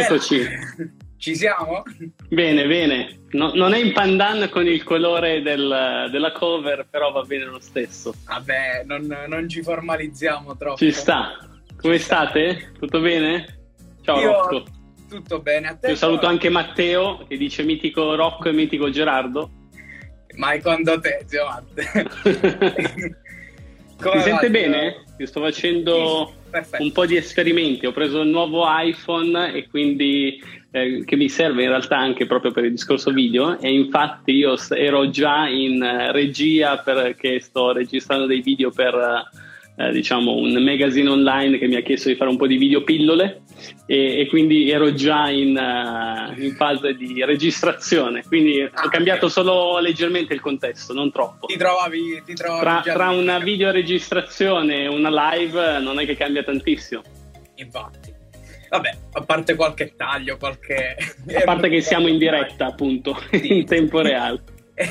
Eccoci. Ci siamo? Bene, bene. Non è in pandan con il colore della cover, però va bene lo stesso. Vabbè, non ci formalizziamo troppo. Ci sta. Come state? Tutto bene? Ciao Rocco. Tutto bene. A te? Io saluto anche Matteo, che dice mitico Rocco e mitico Gerardo. Ma è con te, zio Matte. Ti sente bene? Io sto facendo un po' di esperimenti. Ho preso il nuovo iPhone e quindi che mi serve in realtà anche proprio per il discorso video, e infatti io ero già in regia perché sto registrando dei video per diciamo un magazine online che mi ha chiesto di fare un po' di video pillole, e quindi ero già in fase di registrazione, quindi ho cambiato solo leggermente il contesto, non troppo. Ti trovavi tra una videoregistrazione e una live non è che cambia tantissimo. Infatti, vabbè, a parte qualche taglio, a parte che siamo in diretta, appunto, sì, in tempo reale.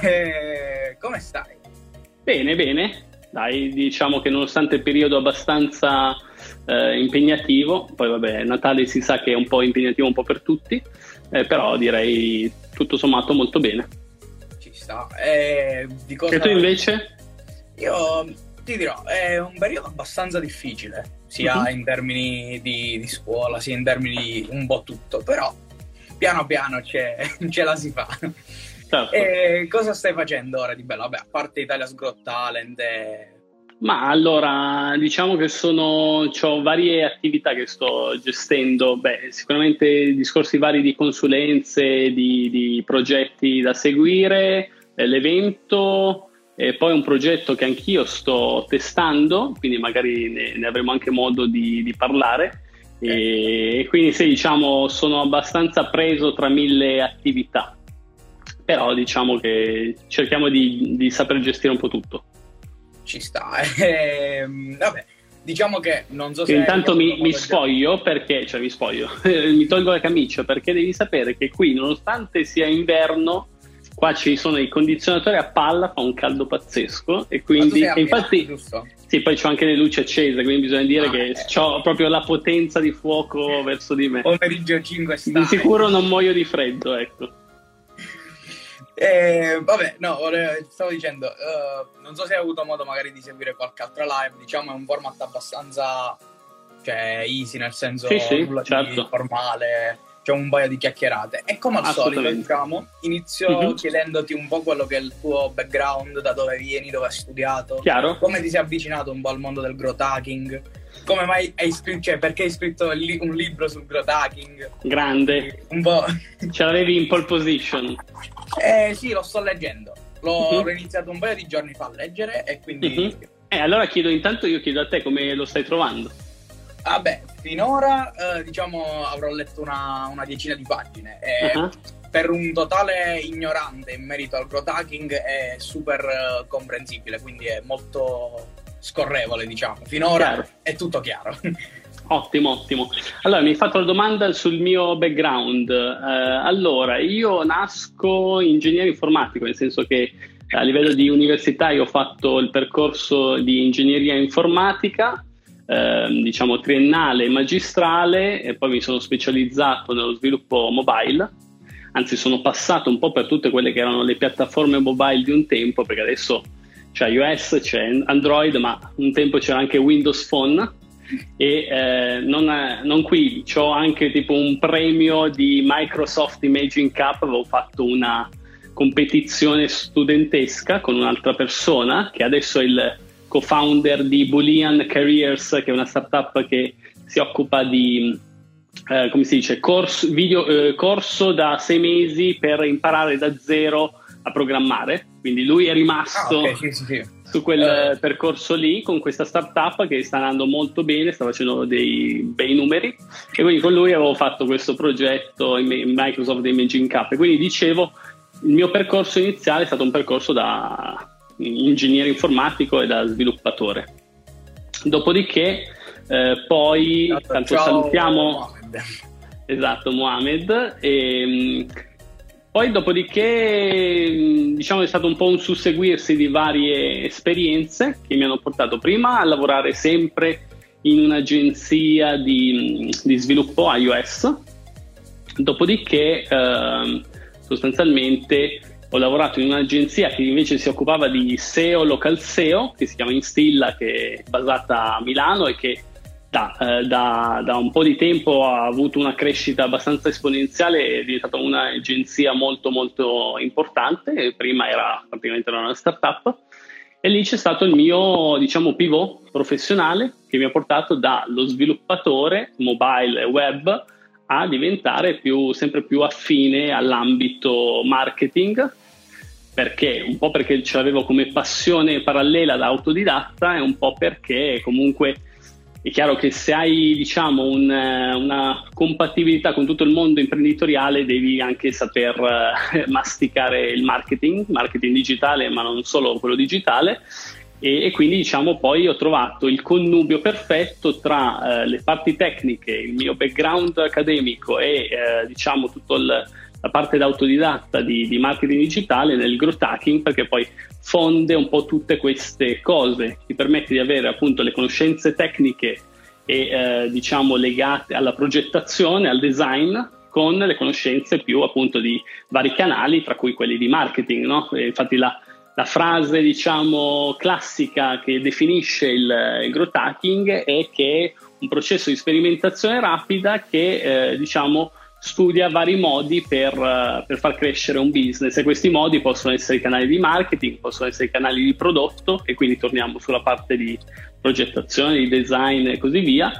Come stai? Bene. Dai, diciamo che nonostante il periodo abbastanza impegnativo, poi vabbè, Natale si sa che è un po' impegnativo un po' per tutti, però direi tutto sommato molto bene. Ci sta. E tu invece? Io ti dirò, è un periodo abbastanza difficile, sia in termini di scuola, sia in termini di un po' tutto, però piano piano ce la si fa. Certo. E cosa stai facendo ora di bello? Vabbè, a parte Italia's Got Talent Ma allora, diciamo che c'ho varie attività che sto gestendo. Sicuramente discorsi vari di consulenze, di progetti da seguire, l'evento, e poi un progetto che anch'io sto testando, quindi magari ne avremo anche modo di parlare. E quindi sì, diciamo, sono abbastanza preso tra 1000 attività. Però diciamo che cerchiamo di saper gestire un po' tutto. Ci sta. Vabbè, diciamo che non so se... Intanto mi spoglio perché... Cioè mi spoglio, mi tolgo la camicia perché devi sapere che qui, nonostante sia inverno, qua ci sono i condizionatori a palla, fa un caldo pazzesco, e quindi... Ma tu sei infatti, giusto? Sì, poi c'ho anche le luci accese, quindi bisogna dire che c'ho proprio la potenza di fuoco verso di me. Pomeriggio 5 stai. Di sicuro non muoio di freddo, ecco. Vabbè, no, stavo dicendo, non so se hai avuto modo magari di seguire qualche altra live, diciamo è un format abbastanza, cioè, easy, nel senso nulla di formale, c'è un paio di chiacchierate, e come al solito, diciamo, inizio chiedendoti un po' quello che è il tuo background, da dove vieni, dove hai studiato. Chiaro. Come ti sei avvicinato un po' al mondo del growth hacking, come mai hai scritto, cioè perché hai scritto un libro sul growth hacking. Grande, un po'. Ce l'avevi in pole position. Sì, lo sto leggendo. L'ho iniziato un paio di giorni fa a leggere, e quindi... Allora io chiedo a te come lo stai trovando. Vabbè, finora diciamo avrò letto una decina di pagine. Per un totale ignorante in merito al growth hacking è super comprensibile, quindi è molto scorrevole, diciamo. Finora è tutto chiaro. Ottimo. Allora, mi hai fatto la domanda sul mio background. Allora, io nasco ingegnere informatico, nel senso che a livello di università io ho fatto il percorso di ingegneria informatica, diciamo triennale e magistrale, e poi mi sono specializzato nello sviluppo mobile. Anzi, sono passato un po' per tutte quelle che erano le piattaforme mobile di un tempo, perché adesso c'è iOS, c'è Android, ma un tempo c'era anche Windows Phone. E non qui, c'ho anche tipo un premio di Microsoft Imaging Cup. Avevo fatto una competizione studentesca con un'altra persona che adesso è il co-founder di Boolean Careers, che è una startup che si occupa di come si dice, corso da 6 mesi per imparare da zero a programmare. Quindi lui è rimasto su quel percorso lì con questa startup che sta andando molto bene, sta facendo dei bei numeri, e quindi con lui avevo fatto questo progetto in Microsoft Imaging Cup. E quindi dicevo, il mio percorso iniziale è stato un percorso da ingegnere informatico e da sviluppatore. Dopodiché poi tanto salutiamo Mohamed, e poi dopodiché diciamo è stato un po' un susseguirsi di varie esperienze che mi hanno portato prima a lavorare sempre in un'agenzia di sviluppo iOS, Dopodiché sostanzialmente ho lavorato in un'agenzia che invece si occupava di SEO, local SEO, che si chiama Instilla, che è basata a Milano e che da un po' di tempo ha avuto una crescita abbastanza esponenziale, è diventata un'agenzia molto molto importante. Prima praticamente era una startup, e lì c'è stato il mio, diciamo, pivot professionale che mi ha portato dallo sviluppatore mobile e web a diventare sempre più affine all'ambito marketing, perché un po' perché ce l'avevo come passione parallela da autodidatta, e un po' perché comunque è chiaro che se hai, diciamo, una compatibilità con tutto il mondo imprenditoriale, devi anche saper masticare il marketing digitale, ma non solo quello digitale. E quindi, diciamo, poi ho trovato il connubio perfetto tra le parti tecniche, il mio background accademico e diciamo tutta la parte da autodidatta di marketing digitale nel growth hacking, perché poi fonde un po' tutte queste cose, ti permette di avere appunto le conoscenze tecniche e diciamo legate alla progettazione, al design, con le conoscenze più appunto di vari canali, tra cui quelli di marketing, no? E infatti la frase, diciamo, classica che definisce il growth hacking è che è un processo di sperimentazione rapida che diciamo studia vari modi per far crescere un business, e questi modi possono essere i canali di marketing, possono essere i canali di prodotto, e quindi torniamo sulla parte di progettazione, di design e così via,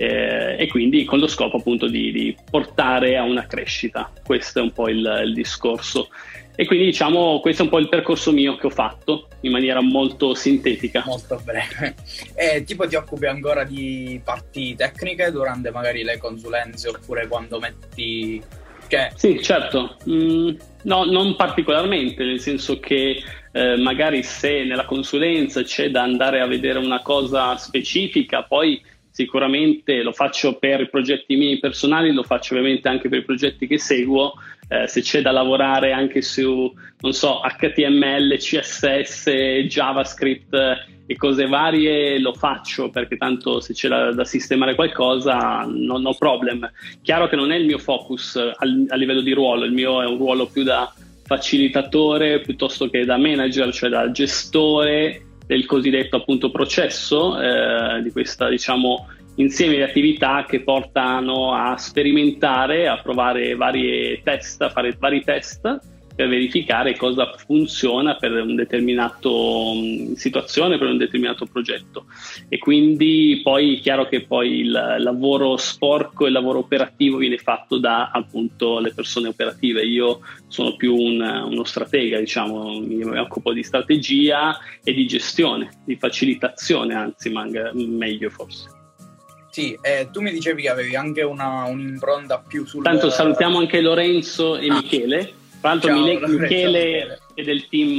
e quindi con lo scopo appunto di portare a una crescita. Questo è un po' il discorso. E quindi, diciamo, questo è un po' il percorso mio che ho fatto in maniera molto sintetica. Molto breve. E tipo ti occupi ancora di parti tecniche durante magari le consulenze, oppure quando metti... Sì, certo. No, non particolarmente, nel senso che magari se nella consulenza c'è da andare a vedere una cosa specifica, poi sicuramente lo faccio per i progetti miei personali, lo faccio ovviamente anche per i progetti che seguo. Se c'è da lavorare anche su, non so, HTML, CSS, JavaScript e cose varie, lo faccio, perché tanto se c'è da sistemare qualcosa, no problem. Chiaro che non è il mio focus a livello di ruolo, il mio è un ruolo più da facilitatore piuttosto che da manager, cioè da gestore del cosiddetto appunto processo, di questa, diciamo, insieme di attività che portano a sperimentare, a provare vari test, a fare vari test per verificare cosa funziona per un determinato situazione, per un determinato progetto. E quindi poi è chiaro che poi il lavoro sporco, il lavoro operativo viene fatto da appunto le persone operative. Io sono più uno stratega, diciamo, mi occupo di strategia e di gestione, di facilitazione, anzi meglio forse. Sì, tu mi dicevi che avevi anche un'impronta più sul... Tanto salutiamo anche Lorenzo e Michele. Tra l'altro Michele è del team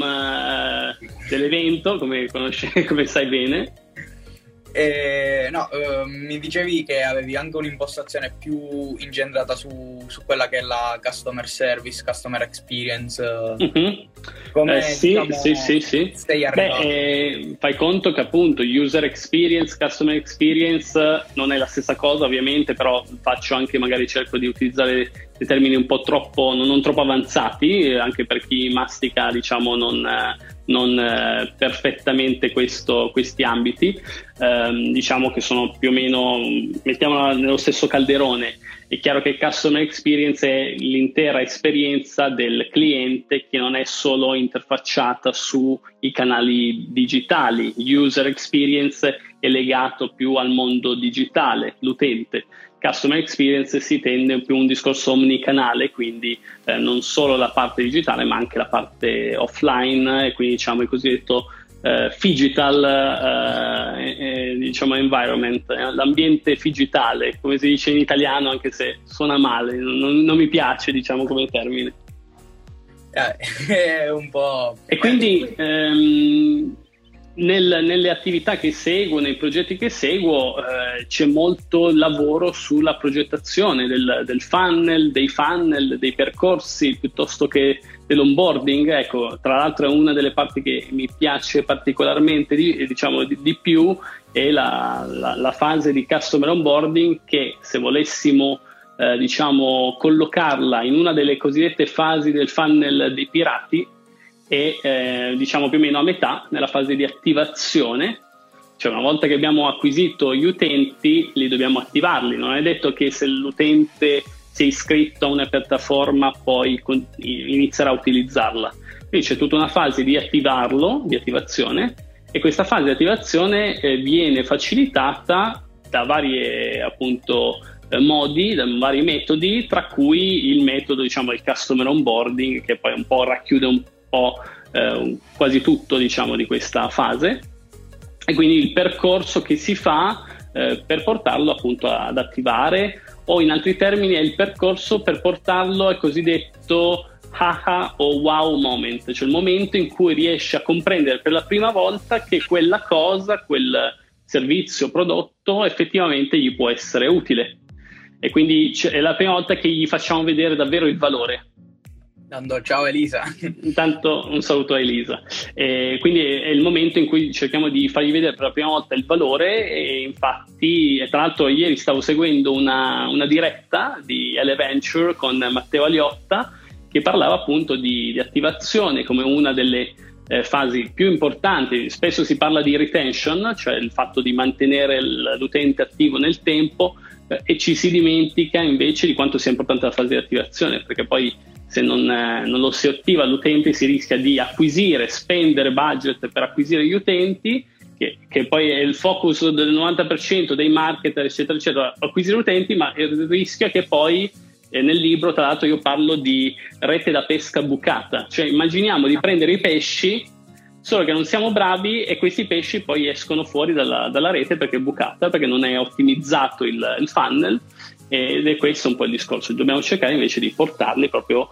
dell'evento, come sai bene. Mi dicevi che avevi anche un'impostazione più incentrata su quella che è la customer service, customer experience. Mm-hmm. Come sì. Sei arrivato? Fai conto che appunto user experience, customer experience non è la stessa cosa ovviamente, però cerco di utilizzare dei termini un po' non troppo avanzati, anche per chi mastica, diciamo, non perfettamente questi ambiti. Diciamo che sono più o meno, mettiamola nello stesso calderone. È chiaro che customer experience è l'intera esperienza del cliente che non è solo interfacciata sui canali digitali. User experience è legato più al mondo digitale, l'utente. Customer experience si tende più a un discorso omnicanale, quindi non solo la parte digitale ma anche la parte offline, e quindi, diciamo, il cosiddetto phygital diciamo environment, l'ambiente digitale, come si dice in italiano, anche se suona male, non mi piace, diciamo, come termine. È un po'... E quindi nelle attività che seguo, nei progetti che seguo, c'è molto lavoro sulla progettazione del funnel, dei percorsi, piuttosto che dell'onboarding. Ecco, tra l'altro è una delle parti che mi piace particolarmente di più, è la fase di customer onboarding, che, se volessimo diciamo, collocarla in una delle cosiddette fasi del funnel dei pirati e diciamo più o meno a metà nella fase di attivazione. Cioè, una volta che abbiamo acquisito gli utenti, li dobbiamo attivarli. Non è detto che se l'utente si è iscritto a una piattaforma poi inizierà a utilizzarla. Quindi c'è tutta una fase di attivazione, e questa fase di attivazione viene facilitata da varie appunto modi, da vari metodi, tra cui il metodo, diciamo, il customer onboarding, che poi un po' racchiude un po' quasi tutto, diciamo, di questa fase. E quindi il percorso che si fa per portarlo appunto ad attivare, o in altri termini è il percorso per portarlo al cosiddetto aha o wow moment, cioè il momento in cui riesce a comprendere per la prima volta che quella cosa, quel servizio, prodotto effettivamente gli può essere utile. E quindi è la prima volta che gli facciamo vedere davvero il valore. Ciao Elisa. Intanto un saluto a Elisa. Quindi è il momento in cui cerchiamo di fargli vedere per la prima volta il valore, e infatti, tra l'altro, ieri stavo seguendo una diretta di Eleventure con Matteo Aliotta, che parlava appunto di attivazione come una delle fasi più importanti. Spesso si parla di retention, cioè il fatto di mantenere l'utente attivo nel tempo, e ci si dimentica invece di quanto sia importante la fase di attivazione, perché poi se non lo si attiva l'utente si rischia di spendere budget per acquisire gli utenti, che poi è il focus del 90% dei marketer, eccetera, eccetera, acquisire utenti, ma il rischio è che poi nel libro, tra l'altro, io parlo di rete da pesca bucata, cioè immaginiamo di prendere i pesci, solo che non siamo bravi e questi pesci poi escono fuori dalla rete perché è bucata, perché non è ottimizzato il funnel, ed è questo un po' il discorso. Dobbiamo cercare invece di portarli proprio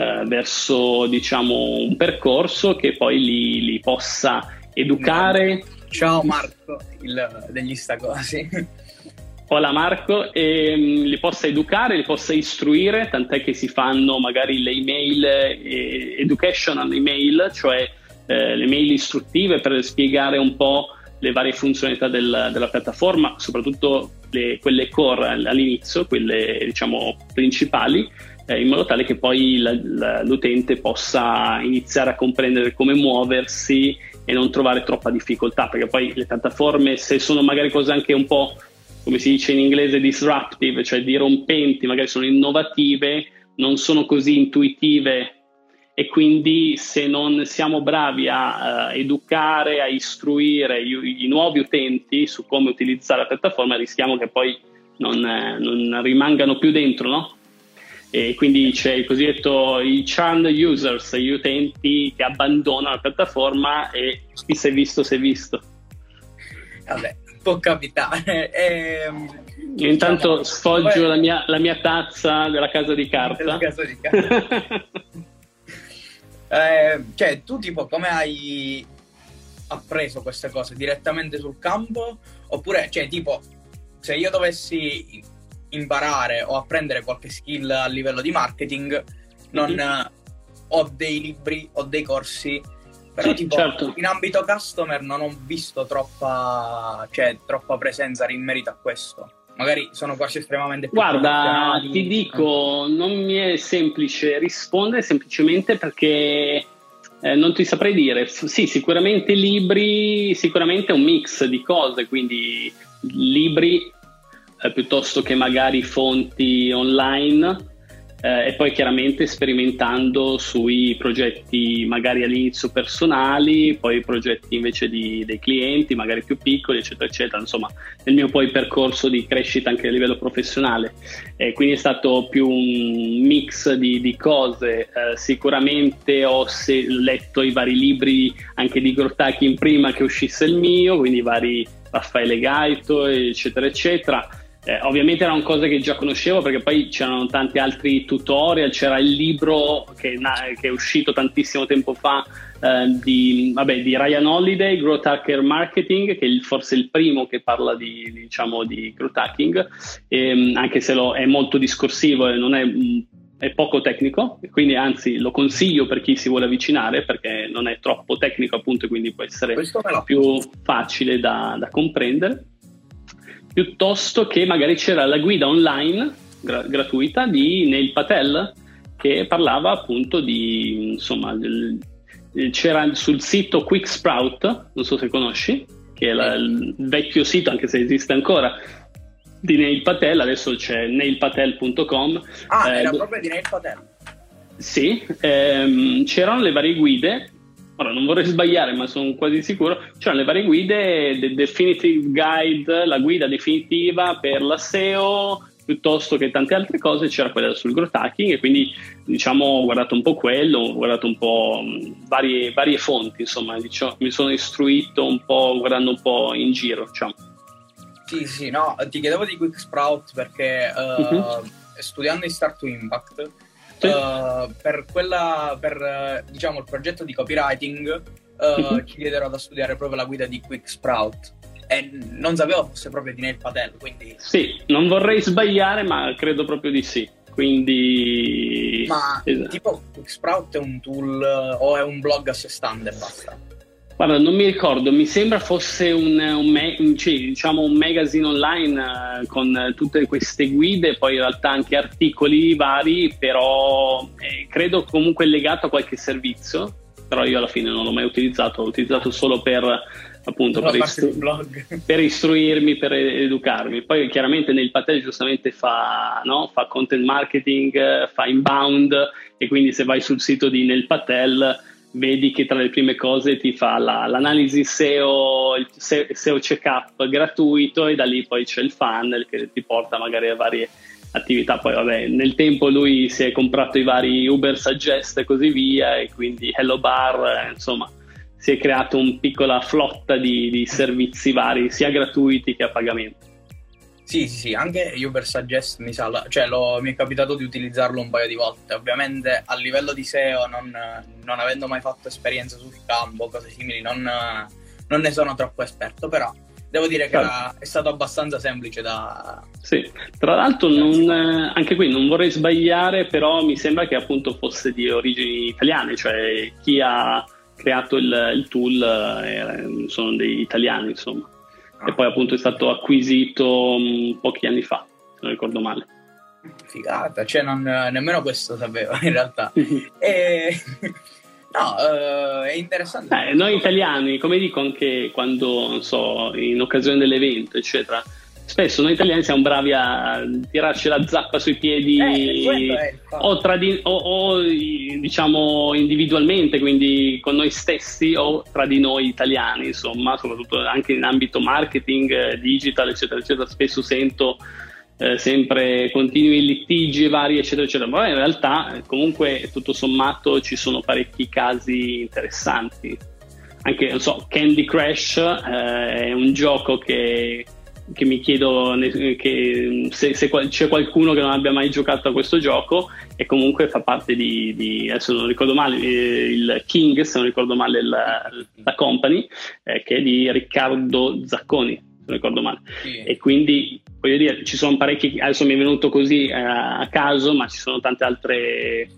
verso, diciamo, un percorso che poi li possa educare. Ciao Marco, degli Stacosi. Hola Marco, li possa educare, li possa istruire, tant'è che si fanno magari le email, educational email, cioè le mail istruttive per spiegare un po' le varie funzionalità della piattaforma, soprattutto quelle core all'inizio, quelle, diciamo, principali, in modo tale che poi l'utente possa iniziare a comprendere come muoversi e non trovare troppa difficoltà, perché poi le piattaforme, se sono magari cose anche un po', come si dice in inglese, disruptive, cioè dirompenti, magari sono innovative, non sono così intuitive, e quindi se non siamo bravi a educare, a istruire i nuovi utenti su come utilizzare la piattaforma, rischiamo che poi non rimangano più dentro, no? E quindi c'è il cosiddetto i churn users, gli utenti che abbandonano la piattaforma, e chi si è visto si è visto. Vabbè, può capitare. Io intanto sfoggio la mia tazza della casa di carta. Della casa di carta. Cioè, tu tipo come hai appreso queste cose? Direttamente sul campo? Oppure, cioè, tipo, se io dovessi imparare o apprendere qualche skill a livello di marketing, non ho dei libri, ho dei corsi, però sì, tipo certo. In ambito customer non ho visto troppa presenza in merito a questo. Magari sono corsi estremamente più Guarda, ti dico, non mi è semplice rispondere, semplicemente perché non ti saprei dire. Sì, sicuramente libri, sicuramente un mix di cose, quindi libri piuttosto che magari fonti online, e poi chiaramente sperimentando sui progetti magari all'inizio personali, poi progetti invece dei clienti magari più piccoli, eccetera eccetera, insomma nel mio poi percorso di crescita anche a livello professionale, quindi è stato più un mix di cose. Sicuramente ho letto i vari libri anche di Growth Hacking prima che uscisse il mio, quindi i vari Raffaele Gaito, eccetera eccetera. Ovviamente erano cose che già conoscevo, perché poi c'erano tanti altri tutorial. C'era il libro che è uscito tantissimo tempo fa di Ryan Holiday, Growth Hacker Marketing, che è forse il primo che parla di growth hacking, anche se è molto discorsivo e non è poco tecnico, quindi anzi lo consiglio per chi si vuole avvicinare, perché non è troppo tecnico appunto, quindi può essere più facile da comprendere. Piuttosto che magari c'era la guida online gratuita di Neil Patel, che parlava appunto di, insomma, c'era sul sito Quick Sprout, non so se conosci, che è il vecchio sito, anche se esiste ancora, di Neil Patel. Adesso c'è nailpatel.com. Era proprio di Neil Patel. Sì, c'erano le varie guide. Ora non vorrei sbagliare, ma sono quasi sicuro. C'erano le varie guide, The Definitive Guide, la guida definitiva per la SEO, piuttosto che tante altre cose. C'era quella sul growth hacking, e quindi diciamo ho guardato un po' quello, ho guardato un po' varie fonti, insomma, diciamo, mi sono istruito un po' guardando un po' in giro, diciamo. Sì, no, ti chiedevo di Quick Sprout perché studiando in Start to Impact, sì. per diciamo il progetto di copywriting ci chiederò da studiare proprio la guida di Quick Sprout, e non sapevo fosse proprio di Neil Patel, quindi sì, non vorrei sbagliare, ma credo proprio di sì, quindi ma tipo Quick Sprout è un tool o è un blog a sé stante e basta? Guarda, non mi ricordo, mi sembra fosse un magazine online con tutte queste guide, poi in realtà anche articoli vari, però credo comunque legato a qualche servizio, però io alla fine non l'ho mai utilizzato, l'ho utilizzato solo per appunto per istruirmi, per educarmi. Poi chiaramente Neil Patel giustamente fa content marketing, fa inbound, e quindi se vai sul sito di Neil Patel vedi che tra le prime cose ti fa l'analisi SEO, il SEO checkup gratuito, e da lì poi c'è il funnel che ti porta magari a varie attività. Poi vabbè, nel tempo lui si è comprato i vari Uber Suggest e così via, e quindi Hello Bar, insomma si è creato una piccola flotta di servizi vari, sia gratuiti che a pagamento. Sì, anche Uber Suggest mi è capitato di utilizzarlo un paio di volte. Ovviamente a livello di SEO, non avendo mai fatto esperienza sul campo, cose simili, non ne sono troppo esperto, però devo dire che è stato abbastanza semplice da... Sì, tra l'altro anche qui non vorrei sbagliare, però mi sembra che appunto fosse di origini italiane, cioè chi ha creato il tool sono degli italiani, insomma. E poi appunto è stato acquisito pochi anni fa, se non ricordo male. Figata, cioè nemmeno questo sapevo in realtà. È interessante. Noi italiani, come dico anche quando, non so, in occasione dell'evento, eccetera, spesso noi italiani siamo bravi a tirarci la zappa sui piedi o diciamo individualmente, quindi con noi stessi, o tra di noi italiani, insomma, soprattutto anche in ambito marketing, digital, eccetera, eccetera. Spesso sento sempre continui litigi vari, eccetera, eccetera. Ma in realtà comunque tutto sommato ci sono parecchi casi interessanti. Anche, non so, Candy Crush è un gioco che mi chiedo che se c'è qualcuno che non abbia mai giocato a questo gioco, e comunque fa parte di adesso non ricordo male, il King, se non ricordo male la company, che è di Riccardo Zacconi, se non ricordo male. Sì. E quindi voglio dire, ci sono parecchi, adesso mi è venuto così a caso, ma ci sono tante altre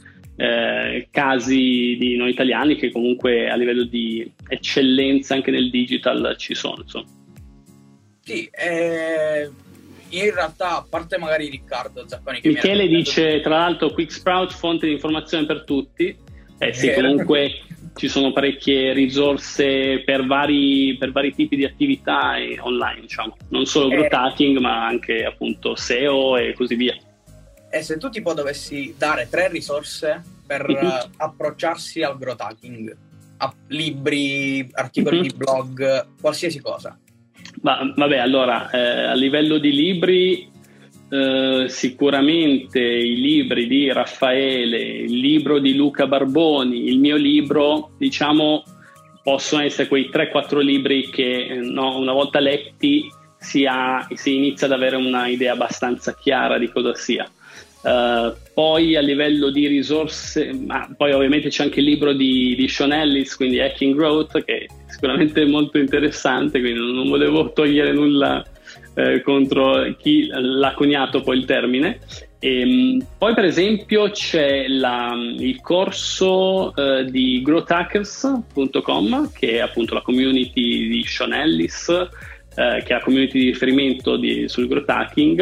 casi di noi italiani che comunque a livello di eccellenza anche nel digital ci sono, insomma. Sì, in realtà, a parte magari Riccardo Zacconi, che Michele dice tra l'altro Quick Sprout fonte di informazione per tutti. Sì, comunque ci sono parecchie risorse per vari tipi di attività online, diciamo, non solo growth hacking ma anche appunto SEO e così via. E se tu tipo dovessi dare 3 risorse per approcciarsi al growth hacking, libri, articoli di blog, qualsiasi cosa. Vabbè, allora a livello di libri sicuramente i libri di Raffaele, il libro di Luca Barboni, il mio libro, diciamo, possono essere quei 3-4 libri che una volta letti si inizia ad avere una idea abbastanza chiara di cosa sia. Poi a livello di risorse, poi ovviamente c'è anche il libro di Sean Ellis, quindi Hacking Growth, che è sicuramente molto interessante, quindi non volevo togliere nulla contro chi l'ha coniato poi il termine. Poi per esempio c'è il corso di growthhackers.com, che è appunto la community di Sean Ellis, che è la community di riferimento sul growth hacking.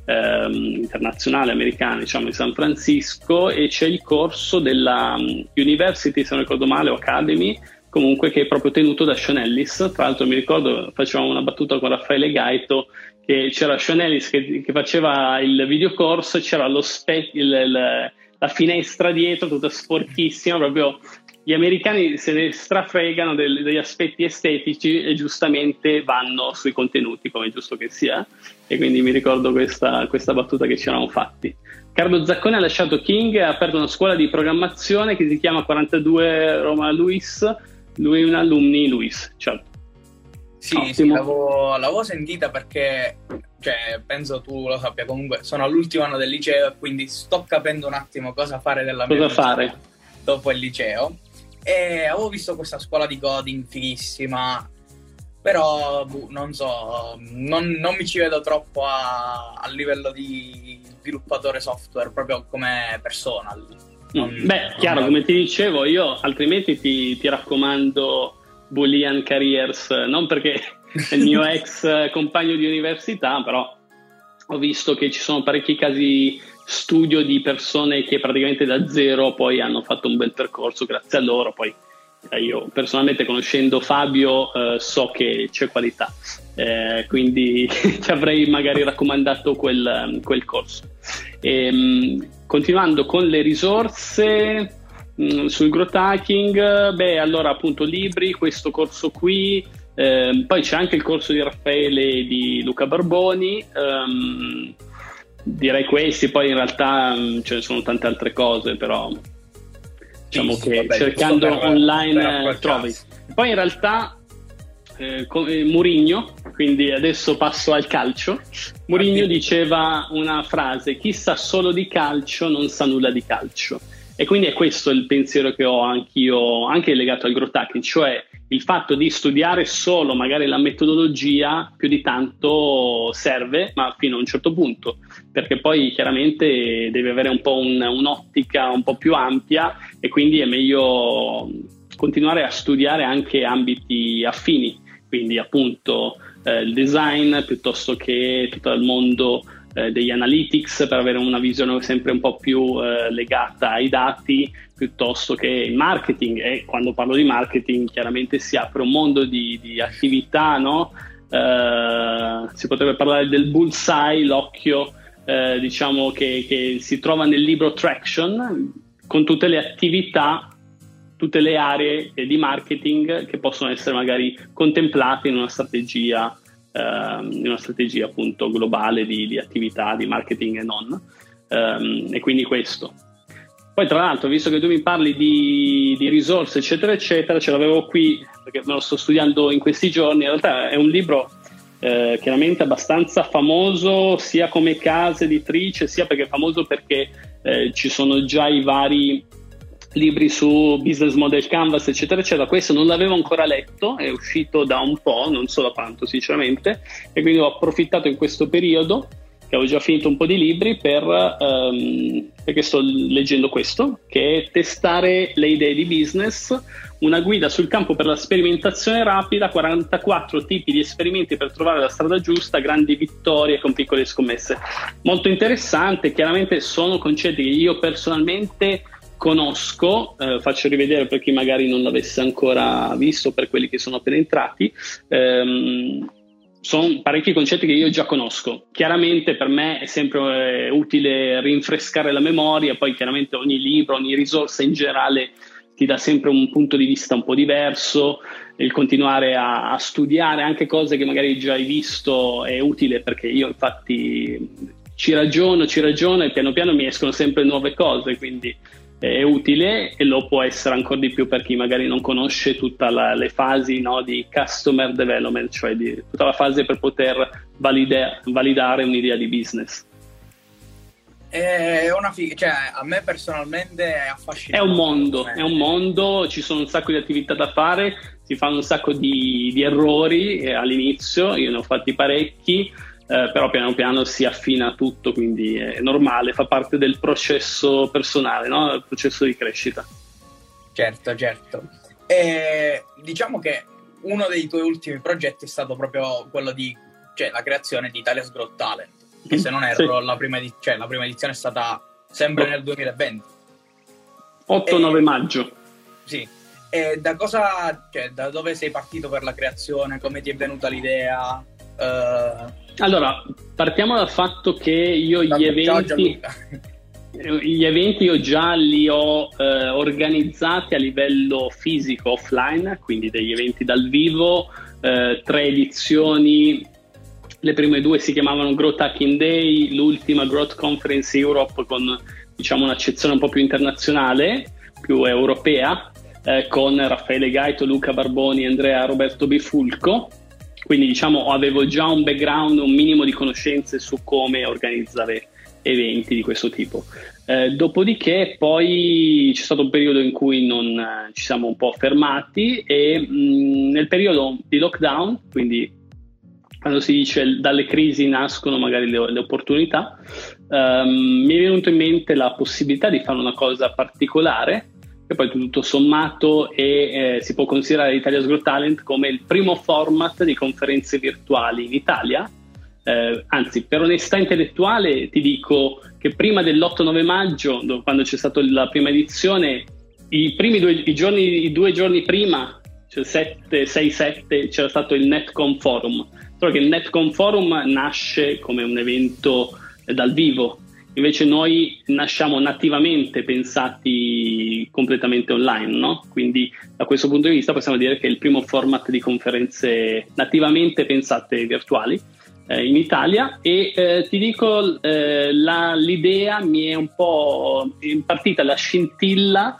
internazionale americana, diciamo, di San Francisco, e c'è il corso della University, se non ricordo male, o Academy, comunque, che è proprio tenuto da Sean Ellis. Tra l'altro mi ricordo, facevamo una battuta con Raffaele Gaito, che c'era Sean Ellis che faceva il videocorso, c'era la finestra dietro tutta sporchissima, proprio gli americani se ne strafregano degli aspetti estetici e giustamente vanno sui contenuti, come è giusto che sia, e quindi mi ricordo questa battuta che ci eravamo fatti. Carlo Zaccone ha lasciato King e ha aperto una scuola di programmazione che si chiama 42 Roma Luis. Lui è un alumni Luis, certo. Sì, l'avevo sentita perché, cioè, penso tu lo sappia, comunque sono all'ultimo anno del liceo e quindi sto capendo un attimo cosa fare della mia vita dopo il liceo, e avevo visto questa scuola di coding fighissima, però non so, non mi ci vedo troppo a livello di sviluppatore software, proprio come personal. Chiaro, come ti dicevo, io altrimenti ti raccomando Boolean Careers, non perché è il mio ex compagno di università, però ho visto che ci sono parecchi casi studio di persone che praticamente da zero poi hanno fatto un bel percorso grazie a loro. Poi io personalmente, conoscendo Fabio, so che c'è qualità, quindi ti avrei magari raccomandato quel corso. Continuando con le risorse sul growth hacking, allora appunto libri, questo corso qui, poi c'è anche il corso di Raffaele e di Luca Barboni, direi questi, poi in realtà ce ne sono tante altre cose, però diciamo che cercando online trovi. Poi in realtà Mourinho, quindi adesso passo al calcio, Mourinho diceva una frase: chi sa solo di calcio non sa nulla di calcio. E quindi è questo il pensiero che ho anch'io, anche legato al growth hacking, cioè il fatto di studiare solo magari la metodologia più di tanto serve, ma fino a un certo punto, perché poi chiaramente devi avere un po' un'ottica un po' più ampia, e quindi è meglio continuare a studiare anche ambiti affini, quindi appunto il design piuttosto che tutto il mondo degli analytics, per avere una visione sempre un po' più legata ai dati, piuttosto che il marketing. E quando parlo di marketing chiaramente si apre un mondo di attività, no? Si potrebbe parlare del bullseye, l'occhio diciamo che si trova nel libro Traction, con tutte le attività, tutte le aree di marketing che possono essere magari contemplate in una strategia appunto globale di attività di marketing e non, e quindi questo. Poi tra l'altro, visto che tu mi parli di risorse eccetera eccetera, ce l'avevo qui perché me lo sto studiando in questi giorni. In realtà è un libro chiaramente abbastanza famoso sia come casa editrice, sia perché è famoso perché ci sono già i vari libri su business model canvas eccetera eccetera. Questo non l'avevo ancora letto, è uscito da un po', non so da quanto sinceramente, e quindi ho approfittato in questo periodo che avevo già finito un po' di libri perché sto leggendo questo, che è Testare le idee di business, una guida sul campo per la sperimentazione rapida, 44 tipi di esperimenti per trovare la strada giusta, grandi vittorie con piccole scommesse. Molto interessante. Chiaramente sono concetti che io personalmente conosco, faccio rivedere per chi magari non l'avesse ancora visto, per quelli che sono appena entrati. Sono parecchi concetti che io già conosco. Chiaramente per me è sempre utile rinfrescare la memoria, poi chiaramente ogni libro, ogni risorsa in generale ti dà sempre un punto di vista un po' diverso. Il continuare a studiare anche cose che magari già hai visto è utile, perché io infatti ci ragiono e piano piano mi escono sempre nuove cose, quindi è utile, e lo può essere ancora di più per chi magari non conosce tutte le fasi, no, di customer development, cioè di tutta la fase per poter validare un'idea di business. È una cioè, a me personalmente è affascinante. È un mondo, ci sono un sacco di attività da fare, si fanno un sacco di errori all'inizio, io ne ho fatti parecchi, però piano piano si affina tutto, quindi è normale, fa parte del processo personale, no? Il processo di crescita. Certo. Diciamo che uno dei tuoi ultimi progetti è stato proprio quello cioè la creazione di Italia's Got Talent. che se non erro la prima edizione è stata sempre nel 2020. 8-9 maggio. Sì. E da dove sei partito per la creazione? Come ti è venuta l'idea? Allora, partiamo dal fatto che io gli eventi io già li ho organizzati a livello fisico, offline, quindi degli eventi dal vivo, 3 edizioni. Le prime 2 si chiamavano Growth Hacking Day, l'ultima Growth Conference Europe con, diciamo, un'accezione un po' più internazionale, più europea, con Raffaele Gaito, Luca Barboni, Andrea Roberto Bifulco. Quindi, diciamo, avevo già un background, un minimo di conoscenze su come organizzare eventi di questo tipo. Dopodiché poi c'è stato un periodo in cui non ci siamo un po' fermati e nel periodo di lockdown, quindi quando si dice dalle crisi nascono magari le opportunità, mi è venuto in mente la possibilità di fare una cosa particolare, che poi tutto sommato si può considerare Italia's Got Talent come il primo format di conferenze virtuali in Italia. Anzi, per onestà intellettuale ti dico che prima dell'8-9 maggio, quando c'è stata la prima edizione, i 2 giorni prima, cioè 6-7, c'era stato il Netcom Forum. Solo che il Netcom Forum nasce come un evento dal vivo, invece noi nasciamo nativamente pensati completamente online, no? Quindi da questo punto di vista possiamo dire che è il primo format di conferenze nativamente pensate virtuali in Italia e ti dico l'idea mi è un po' impartita la scintilla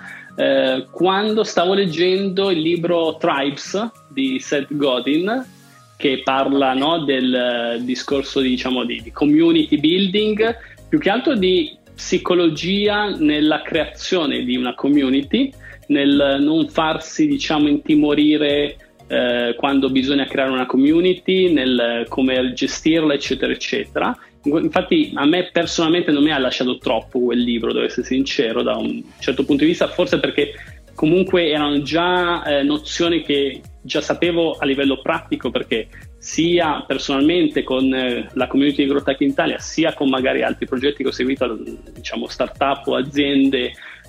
quando stavo leggendo il libro Tribes di Seth Godin, che parla, no, del discorso diciamo di community building, più che altro di psicologia nella creazione di una community, nel non farsi, diciamo, intimorire quando bisogna creare una community, nel come gestirla, eccetera eccetera. Infatti a me personalmente non mi ha lasciato troppo quel libro, devo essere sincero, da un certo punto di vista, forse perché comunque erano già nozioni che già sapevo a livello pratico, perché sia personalmente con la community di Growth Hacking Italia, sia con magari altri progetti che ho seguito, diciamo startup o aziende,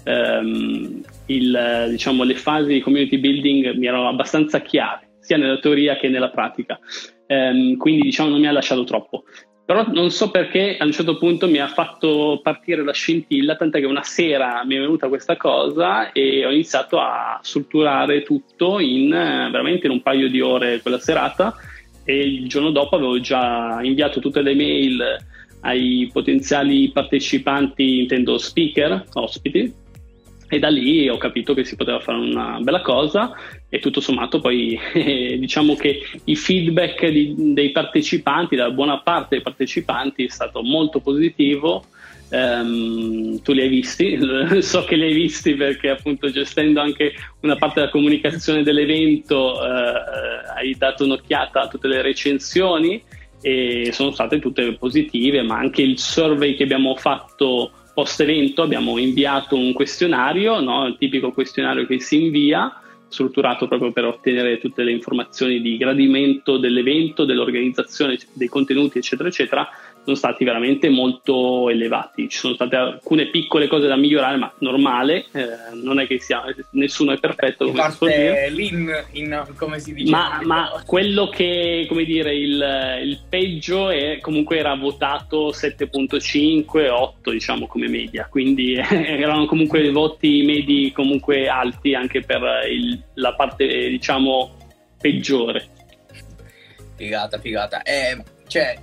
diciamo le fasi di community building mi erano abbastanza chiare, sia nella teoria che nella pratica, quindi diciamo non mi ha lasciato troppo. Però non so perché a un certo punto mi ha fatto partire la scintilla, tant'è che una sera mi è venuta questa cosa e ho iniziato a strutturare tutto veramente in un paio di ore quella serata, e il giorno dopo avevo già inviato tutte le mail ai potenziali partecipanti, intendo speaker, ospiti, e da lì ho capito che si poteva fare una bella cosa, e tutto sommato poi diciamo che i feedback dei partecipanti, da buona parte dei partecipanti, è stato molto positivo. Tu li hai visti, so che li hai visti perché appunto gestendo anche una parte della comunicazione dell'evento hai dato un'occhiata a tutte le recensioni e sono state tutte positive, ma anche il survey che abbiamo fatto post evento, abbiamo inviato un questionario, no? Il tipico questionario che si invia, strutturato proprio per ottenere tutte le informazioni di gradimento dell'evento, dell'organizzazione, dei contenuti, eccetera eccetera. Sono stati veramente molto elevati. Ci sono state alcune piccole cose da migliorare, ma normale, non è che nessuno è perfetto, come si può dire. Come si dice, ma quello che, come dire, il peggio comunque era votato 7.5, 8 diciamo come media, quindi erano comunque voti medi comunque alti anche per la parte diciamo peggiore. Figata. Cioè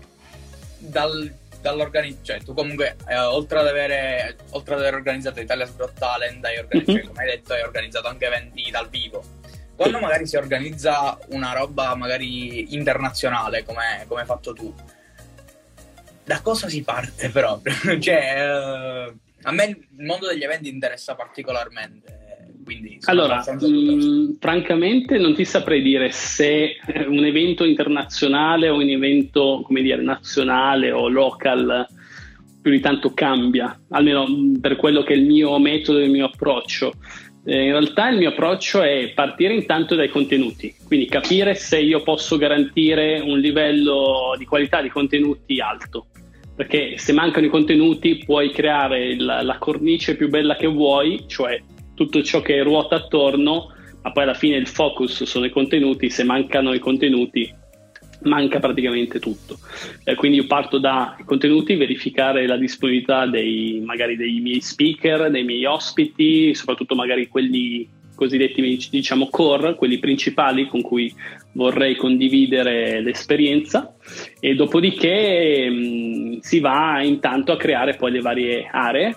cioè tu comunque oltre ad aver organizzato Italia's Got Talent, come hai detto, hai organizzato anche eventi dal vivo. Quando magari si organizza una roba magari internazionale come hai fatto tu, da cosa si parte proprio? Cioè a me il mondo degli eventi interessa particolarmente, quindi allora francamente non ti saprei dire se un evento internazionale o un evento, come dire, nazionale o local più di tanto cambia, almeno per quello che è il mio metodo e il mio approccio. In realtà il mio approccio è partire intanto dai contenuti, quindi capire se io posso garantire un livello di qualità di contenuti alto. perché se mancano i contenuti puoi creare la cornice più bella che vuoi, cioè tutto ciò che ruota attorno, ma poi alla fine il focus sono i contenuti. Se mancano i contenuti manca praticamente tutto. Quindi io parto dai contenuti, verificare la disponibilità magari dei miei speaker, dei miei ospiti, soprattutto magari quelli cosiddetti, diciamo, core, quelli principali con cui vorrei condividere l'esperienza, e dopodiché si va intanto a creare poi le varie aree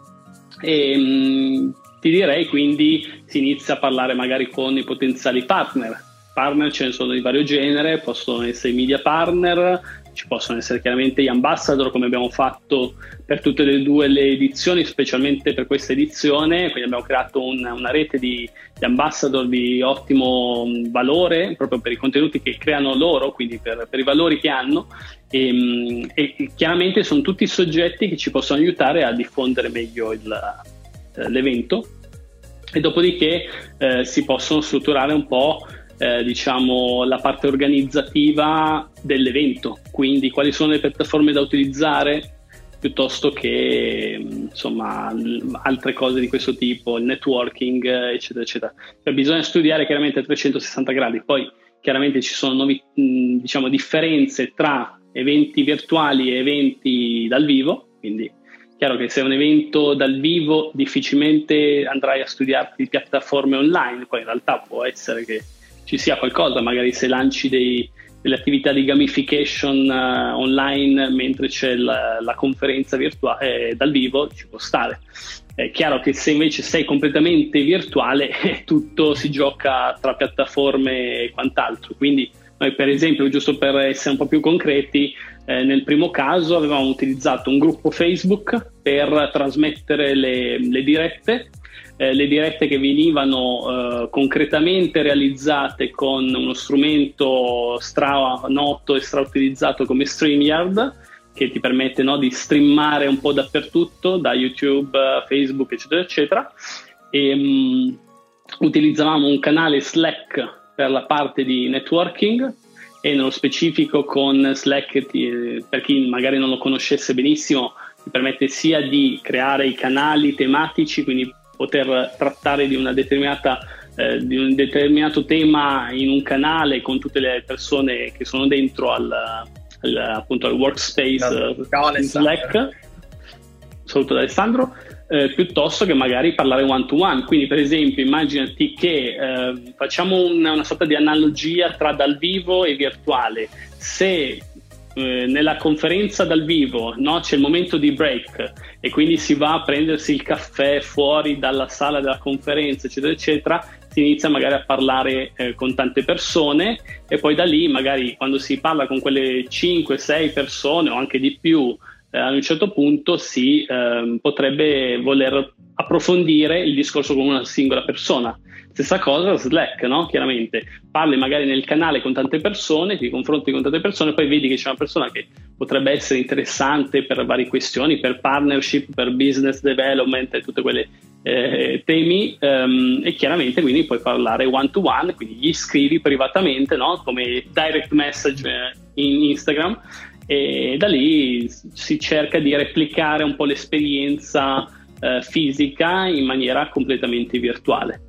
e ti direi quindi si inizia a parlare magari con i potenziali partner. Ce ne sono di vario genere, possono essere media partner, ci possono essere chiaramente gli ambassador, come abbiamo fatto per tutte e due le edizioni, specialmente per questa edizione. Quindi abbiamo creato una rete di ambassador di ottimo valore, proprio per i contenuti che creano loro, quindi per i valori che hanno, e chiaramente sono tutti soggetti che ci possono aiutare a diffondere meglio l'evento, e dopodiché si possono strutturare un po' diciamo la parte organizzativa dell'evento, quindi quali sono le piattaforme da utilizzare, piuttosto che insomma altre cose di questo tipo, il networking, eccetera eccetera. Cioè, bisogna studiare chiaramente a 360 gradi. Poi chiaramente ci sono diciamo differenze tra eventi virtuali e eventi dal vivo, quindi chiaro che se è un evento dal vivo difficilmente andrai a studiarti piattaforme online. Poi in realtà può essere che ci sia qualcosa, magari se lanci delle attività di gamification online mentre c'è la conferenza virtuale dal vivo, ci può stare. È chiaro che se invece sei completamente virtuale tutto si gioca tra piattaforme e quant'altro. Quindi noi, per esempio, giusto per essere un po' più concreti, nel primo caso avevamo utilizzato un gruppo Facebook per trasmettere le dirette. Le dirette che venivano concretamente realizzate con uno strumento noto e strautilizzato come StreamYard, che ti permette, no, di streamare un po' dappertutto, da YouTube, Facebook, eccetera eccetera. E utilizzavamo un canale Slack per la parte di networking, e nello specifico con Slack, per chi magari non lo conoscesse benissimo, ti permette sia di creare i canali tematici, quindi poter trattare di un determinato tema in un canale con tutte le persone che sono dentro appunto al workspace Slack. Saluto da Alessandro. Piuttosto che magari parlare one to one. Quindi, per esempio, immaginati che facciamo una sorta di analogia tra dal vivo e virtuale. Se nella conferenza dal vivo, no, c'è il momento di break e quindi si va a prendersi il caffè fuori dalla sala della conferenza, eccetera eccetera, si inizia magari a parlare con tante persone, e poi da lì magari quando si parla con quelle 5-6 persone o anche di più, ad un certo punto si potrebbe voler approfondire il discorso con una singola persona. Stessa cosa Slack, no? Chiaramente parli magari nel canale con tante persone, ti confronti con tante persone, poi vedi che c'è una persona che potrebbe essere interessante per varie questioni, per partnership, per business development e tutte quelle temi, e chiaramente quindi puoi parlare one to one, quindi gli scrivi privatamente, no? Come direct message in Instagram, e da lì si cerca di replicare un po' l'esperienza fisica in maniera completamente virtuale.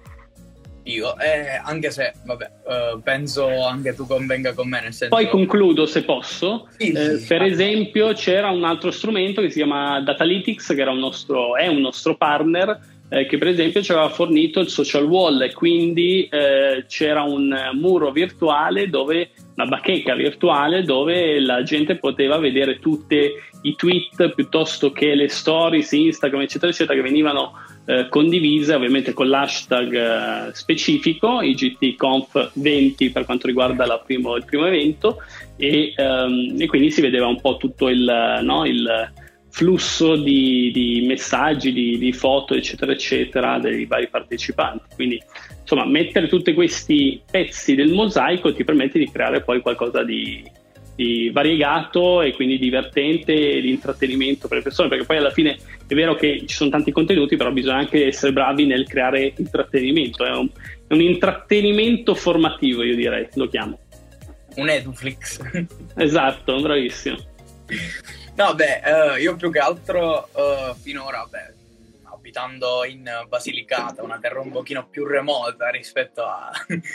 Anche se, vabbè, penso anche tu convenga con me, nel senso... Poi concludo, se posso. Sì, per esempio c'era un altro strumento che si chiama Datalytics, che è un nostro partner, che per esempio ci aveva fornito il social wall, e quindi c'era un muro virtuale, una bacheca virtuale, dove la gente poteva vedere tutti i tweet piuttosto che le stories Instagram, eccetera eccetera, che venivano condivise, ovviamente con l'hashtag specifico, IGTConf20 per quanto riguarda il primo evento, e quindi si vedeva un po' tutto il flusso di messaggi, di foto, eccetera eccetera, dei vari partecipanti. Quindi insomma, mettere tutti questi pezzi del mosaico ti permette di creare poi qualcosa di variegato e quindi divertente e di intrattenimento per le persone, perché poi alla fine è vero che ci sono tanti contenuti, però bisogna anche essere bravi nel creare intrattenimento. È un intrattenimento formativo, io direi, lo chiamo. Un Eduflix. Esatto, bravissimo. No, beh, io più che altro finora, abitando in Basilicata, una terra un pochino più remota rispetto a,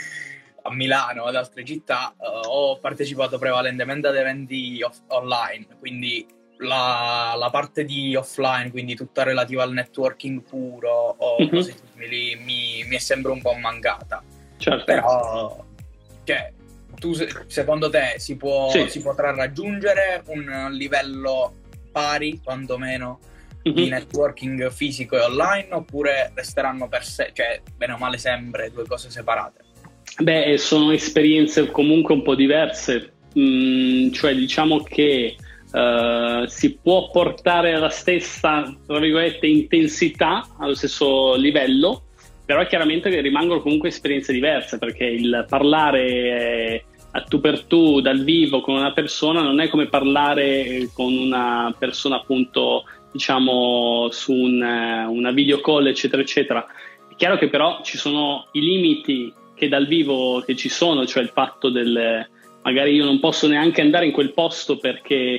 a Milano o ad altre città, ho partecipato prevalentemente ad eventi online, quindi la parte di offline, quindi tutta relativa al networking puro o cose simili, mi è sempre un po' mancata. Certo. Però, cioè, tu secondo te si potrà raggiungere un livello pari, quantomeno, di networking fisico e online, oppure resteranno per sé, cioè bene o male sempre due cose separate? Beh, sono esperienze comunque un po' diverse, cioè diciamo che si può portare alla stessa, tra virgolette, intensità, allo stesso livello, però chiaramente rimangono comunque esperienze diverse, perché il parlare a tu per tu dal vivo con una persona non è come parlare con una persona appunto, diciamo, su una video call, eccetera eccetera. È chiaro che però ci sono i limiti che dal vivo che ci sono, cioè il fatto magari io non posso neanche andare in quel posto perché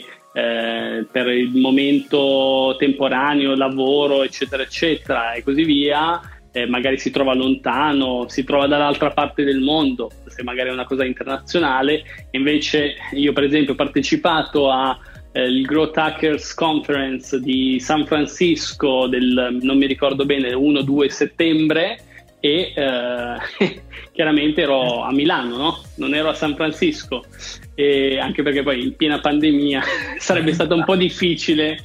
per il momento temporaneo, lavoro, eccetera eccetera e così via, magari si trova lontano, si trova dall'altra parte del mondo, se magari è una cosa internazionale. Invece io per esempio ho partecipato il Growth Hackers Conference di San Francisco non mi ricordo bene, 1-2 settembre, e chiaramente ero a Milano, no? Non ero a San Francisco, e anche perché poi in piena pandemia sarebbe stato un po' difficile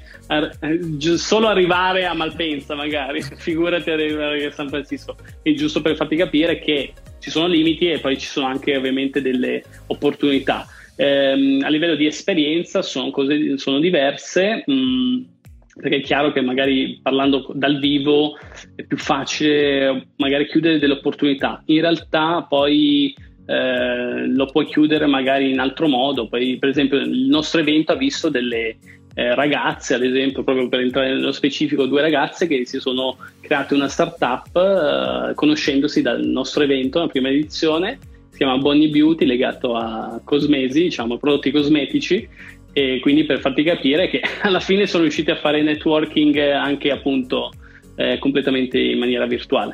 solo arrivare a Malpensa, magari figurati arrivare a San Francisco. E giusto per farti capire che ci sono limiti e poi ci sono anche ovviamente delle opportunità. A livello di esperienza sono diverse, perché è chiaro che magari parlando dal vivo è più facile magari chiudere delle opportunità. In realtà poi lo puoi chiudere magari in altro modo. Poi per esempio il nostro evento ha visto delle ragazze, ad esempio, proprio per entrare nello specifico, 2 ragazze che si sono create una startup conoscendosi dal nostro evento, la prima edizione, si chiama Bonnie Beauty, legato a cosmesi, diciamo prodotti cosmetici, e quindi per farti capire che alla fine sono riusciti a fare networking anche appunto completamente in maniera virtuale.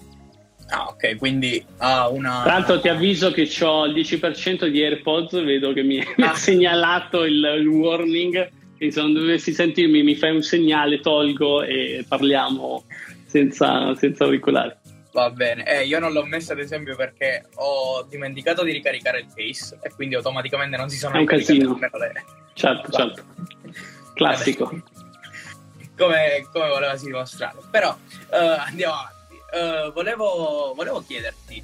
Ah, ok, quindi ha una... Tra l'altro ti avviso che ho il 10% di AirPods, vedo che mi ha segnalato il warning, e se non dovessi sentirmi mi fai un segnale, tolgo e parliamo senza auricolari. Va bene, io non l'ho messa ad esempio perché ho dimenticato di ricaricare il case e quindi automaticamente non si sono ricaricate. È un casino. Certo. Classico. Come volevasi dimostrare. Però andiamo avanti. Volevo chiederti,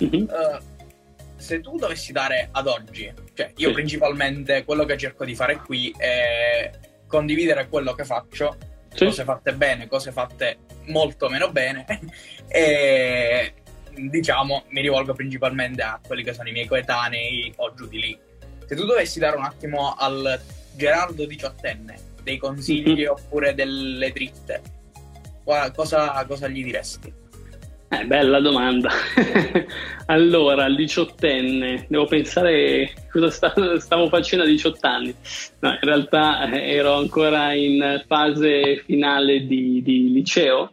se tu dovessi dare ad oggi, cioè io principalmente quello che cerco di fare qui è condividere quello che faccio, cose fatte bene, cose fatte molto meno bene, e diciamo mi rivolgo principalmente a quelli che sono i miei coetanei o giù di lì. Se tu dovessi dare un attimo al Gerardo 18enne dei consigli oppure delle dritte, cosa gli diresti? Bella domanda. Allora, al 18enne, devo pensare cosa stavo facendo a 18 anni. No, in realtà ero ancora in fase finale di liceo.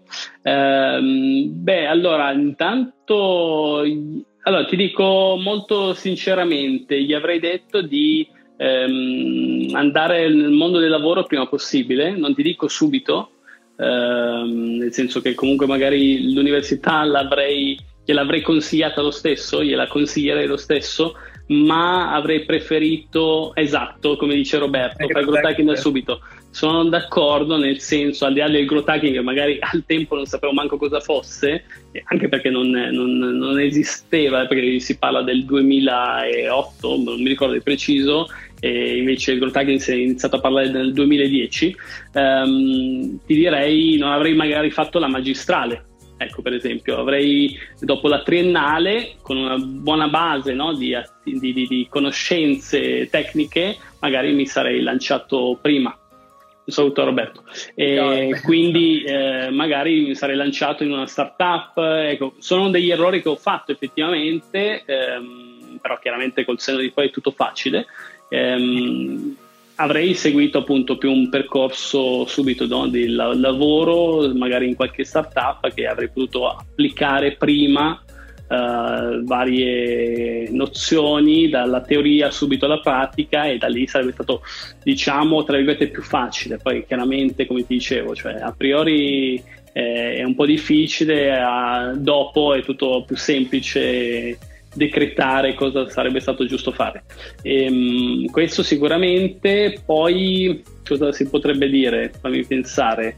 Allora, intanto, ti dico molto sinceramente, gli avrei detto di andare nel mondo del lavoro il prima possibile, non ti dico subito, nel senso che comunque magari l'università gliel'avrei consigliata lo stesso, gliela consiglierei lo stesso, ma avrei preferito, esatto, come dice Roberto, fare growth hacking da subito. Sono d'accordo, nel senso, al di là del growth hacking, che magari al tempo non sapevo manco cosa fosse, anche perché non esisteva, perché si parla del 2008, non mi ricordo di preciso, e invece il growth hacking si è iniziato a parlare nel 2010. Ti direi, non avrei magari fatto la magistrale. Ecco, per esempio, avrei, dopo la triennale, con una buona base, no, di conoscenze tecniche, magari mi sarei lanciato prima. Un saluto a Roberto. Quindi magari mi sarei lanciato in una startup. Ecco, sono degli errori che ho fatto effettivamente, però chiaramente col senno di poi è tutto facile. avrei seguito appunto più un percorso subito, no, di lavoro, magari in qualche startup, che avrei potuto applicare prima varie nozioni, dalla teoria subito alla pratica, e da lì sarebbe stato, diciamo, tra virgolette, più facile. Poi chiaramente, come ti dicevo, cioè a priori è un po' difficile, dopo è tutto più semplice decretare cosa sarebbe stato giusto fare. Questo sicuramente. Poi cosa si potrebbe dire? Fammi pensare.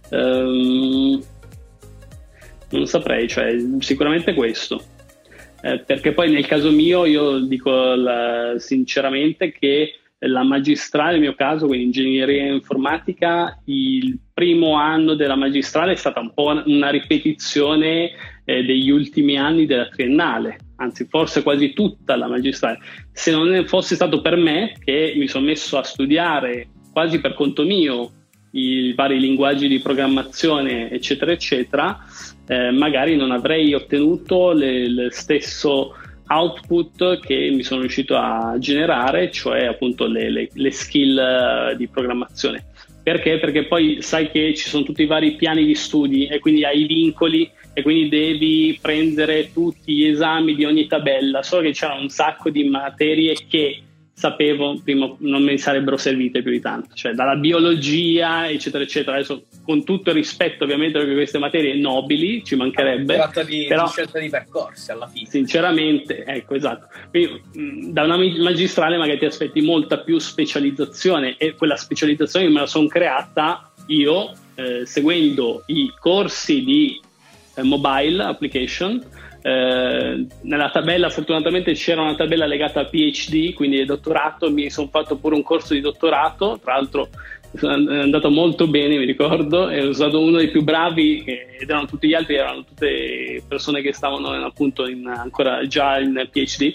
Non saprei, cioè sicuramente questo. Perché poi nel caso mio io dico sinceramente che la magistrale, nel mio caso, quindi ingegneria informatica, il primo anno della magistrale è stata un po' una ripetizione degli ultimi anni della triennale, anzi forse quasi tutta la magistrale. Se non fosse stato per me, che mi sono messo a studiare quasi per conto mio i vari linguaggi di programmazione, eccetera eccetera, magari non avrei ottenuto lo stesso output che mi sono riuscito a generare, cioè appunto le skill di programmazione. Perché? Perché poi sai che ci sono tutti i vari piani di studi e quindi hai i vincoli, e quindi devi prendere tutti gli esami di ogni tabella, solo che c'erano un sacco di materie che sapevo prima non mi sarebbero servite più di tanto, cioè dalla biologia eccetera eccetera. Adesso, con tutto il rispetto ovviamente per queste materie nobili, ci mancherebbe, si tratta di scelta di percorsi alla fine, sinceramente, ecco, esatto. Quindi da una magistrale magari ti aspetti molta più specializzazione, e quella specializzazione me la sono creata io seguendo i corsi di mobile application. Nella tabella fortunatamente c'era una tabella legata a PhD, quindi il dottorato. Mi sono fatto pure un corso di dottorato, tra l'altro è andato molto bene, mi ricordo, e sono stato uno dei più bravi, ed erano tutti gli altri, erano tutte persone che stavano appunto ancora già in PhD,